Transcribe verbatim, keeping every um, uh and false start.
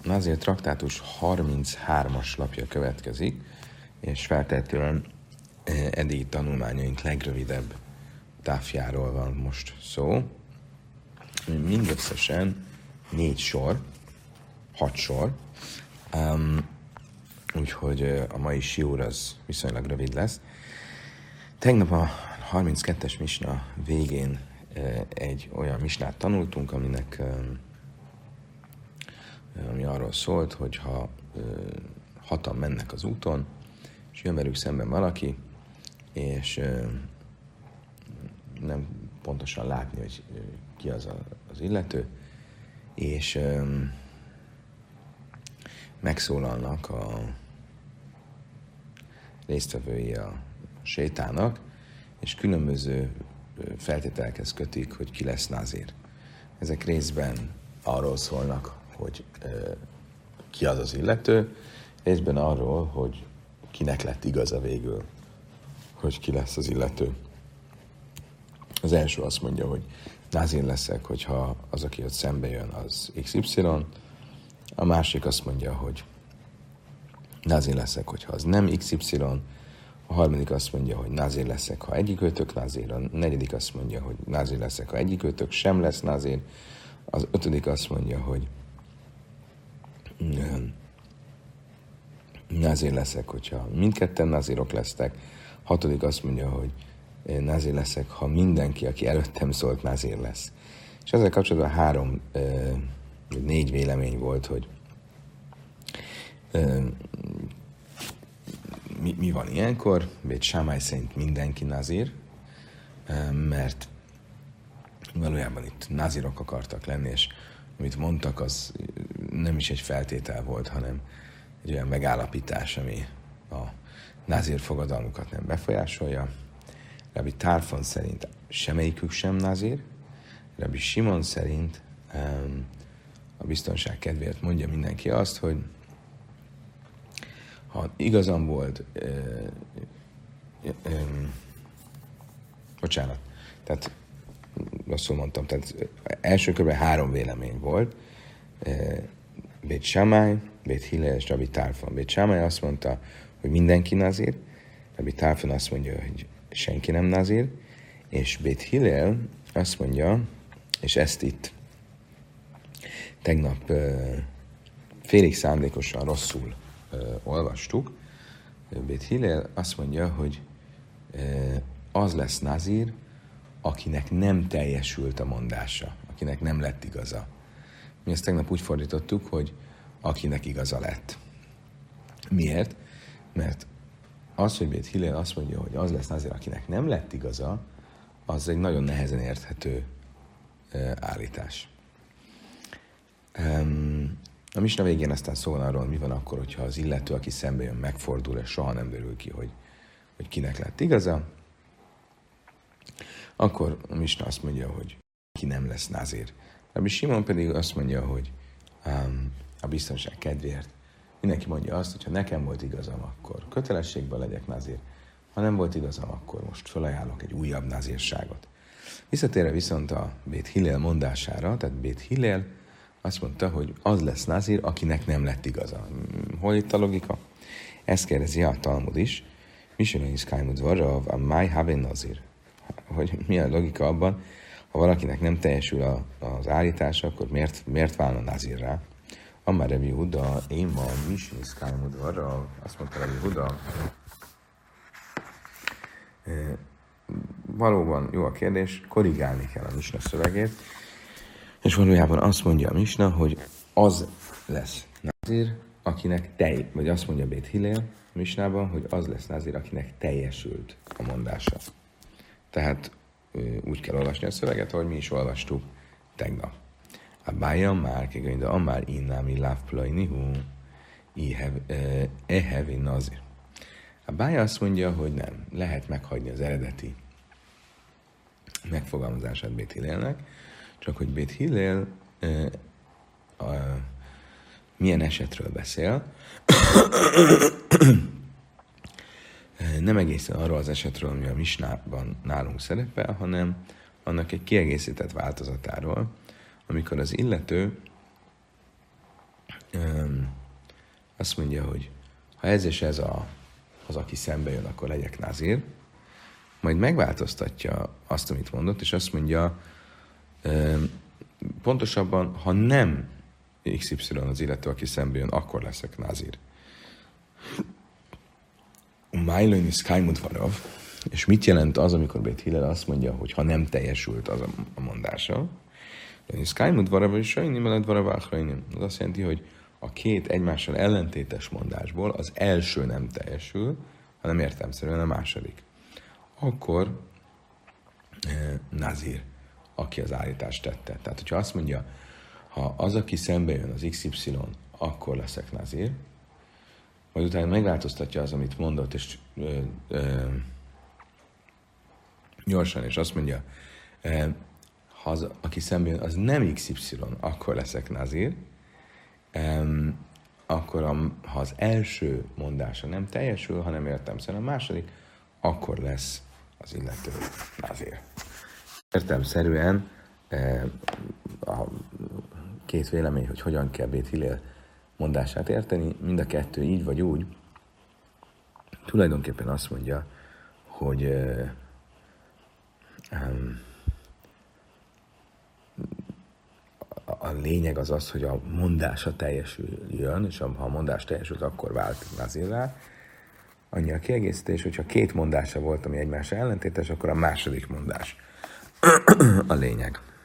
Nazir traktátus harminchármas lapja következik, és feltétlenül eddigi tanulmányaink legrövidebb távjáról van most szó. Mindösszesen négy sor, hat sor, um, úgyhogy a mai siúr az viszonylag rövid lesz. Tegnap a harminckettes misna végén egy olyan misnát tanultunk, aminek ami arról szólt, hogy ha hatan mennek az úton, és jön velük szemben valaki, és nem pontosan látni, hogy ki az a, az illető, és megszólalnak a résztvevői a sétának, és különböző feltételekhez kötik, hogy ki lesz nazír. Ezek részben arról szólnak, hogy ö, ki az az illető, részben arról, hogy kinek lett igaza végül, hogy ki lesz az illető. Az első azt mondja, hogy nazír leszek, hogyha az, aki ott szembe jön, az iksz ipszilon. A másik azt mondja, hogy nazír leszek, hogyha az nem iksz ipszilon. A harmadik azt mondja, hogy nazír leszek, ha egyikőtök nazír. A negyedik azt mondja, hogy nazír leszek, ha egyikőtök sem lesz nazír. Az ötödik azt mondja, hogy nazír leszek, hogyha mindketten nazírok lesztek. Hatodik azt mondja, hogy nazír leszek, ha mindenki, aki előttem szólt, nazír lesz. És ezzel kapcsolatban három, négy vélemény volt, hogy mi, mi van ilyenkor. Bét Sámály szerint mindenki nazír, mert valójában itt nazírok akartak lenni, és amit mondtak, az nem is egy feltétel volt, hanem egy olyan megállapítás, ami a nazír fogadalmukat nem befolyásolja. Rabbi Tarfon szerint semmelyikük sem nazír. Rabbi Simon szerint um, a biztonság kedvéért mondja mindenki azt, hogy ha igazam volt, uh, um, bocsánat, tehát rosszul mondtam, tehát első körben három vélemény volt, Bét Sámály, Bét Hillel és Rabbi Tarfon. Bét Sámály azt mondta, hogy mindenki nazír, Rabbi Tarfon azt mondja, hogy senki nem nazír, és Bét Hillel azt mondja, és ezt itt tegnap uh, félig szándékosan rosszul uh, olvastuk, Bét Hillel azt mondja, hogy uh, az lesz nazír, akinek nem teljesült a mondása, akinek nem lett igaza. Mi ezt tegnap úgy fordítottuk, hogy akinek igaza lett. Miért? Mert az, hogy Bét Hillel azt mondja, hogy az lesz nazír, akinek nem lett igaza, az egy nagyon nehezen érthető uh, állítás. Um, a misna végén aztán szól arról, mi van akkor, hogyha az illető, aki szembe jön, megfordul, és soha nem derül ki, hogy, hogy kinek lett igaza. Akkor a misna azt mondja, hogy ki nem lesz nazír. Rabbi Simon pedig azt mondja, hogy um, a biztonság kedvéért mindenki mondja azt, hogy ha nekem volt igazam, akkor kötelességben legyek nazír. Ha nem volt igazam, akkor most felajánlok egy újabb nazírságot. Visszatérve viszont a Bét Hillel mondására, tehát Bét Hillel azt mondta, hogy az lesz nazír, akinek nem lett igaza. Hol itt a logika? Ezt kérdezi a Talmud is. Mishnah is kájmud varra, a máj havén nazír. Hogy mi a logika abban, ha valakinek nem teljesül a, az állítása, akkor miért, miért válna nazírrá? Amár Rabbi Huda, én ma Mishnah is kájmud varra, azt mondta Rabbi Huda. E, valóban jó a kérdés, korrigálni kell a misna szövegét, és valójában azt mondja a misna, hogy az lesz nazír, akinek tej, vagy azt mondja Bét Hillel a misnában, hogy az lesz nazír, akinek teljesült a mondása. Tehát úgy kell olvasni a szöveget, ahogy mi is olvastuk tegnap. A bája már kegény, de amár innámi lávplajnihu, ehevi nazír. A bája azt mondja, hogy nem, lehet meghagyni az eredeti megfogalmazását Bét Hillelnek, csak hogy Bét Hillel uh, uh, milyen esetről beszél, nem egészen arról az esetről, ami a misnában nálunk szerepel, hanem annak egy kiegészített változatáról, amikor az illető Öm, azt mondja, hogy ha ez és ez a, az, aki szembe jön, akkor legyek nazír, majd megváltoztatja azt, amit mondott, és azt mondja, öm, pontosabban, ha nem iksz ipszilon az illető, aki szembe jön, akkor leszek nazír. Májlőn is Kájmudvarav, és mit jelent az, amikor Bét Hillel azt mondja, hogy ha nem teljesült az a mondása, és Kájmudvarav és Sajnim eledvarav áhrainim. Az azt jelenti, hogy a két egymással ellentétes mondásból az első nem teljesül, hanem értelemszerűen a második. Akkor eh, nazír, aki az állítást tette. Tehát, hogyha azt mondja, ha az, aki szembe jön, az iksz ipszilon, akkor leszek nazír, majd utána megváltoztatja az, amit mondott, és ö, ö, gyorsan, és azt mondja, ö, ha az, aki szembe jön, az nem iksz ipszilon, akkor leszek nazír, ö, akkor a, ha az első mondása nem teljesül, hanem értelemszerűen a második, akkor lesz az illető nazír. Értelemszerűen ö, a két vélemény, hogy hogyan kell Bét Hillel mondását érteni, mind a kettő így vagy úgy, tulajdonképpen azt mondja, hogy uh, um, a, a lényeg az az, hogy a mondása teljesüljön, és ha a mondás teljesült, akkor vált nazírrá. Annyi a kiegészítés, hogyha két mondása volt, ami egymásra ellentétes, akkor a második mondás a lényeg.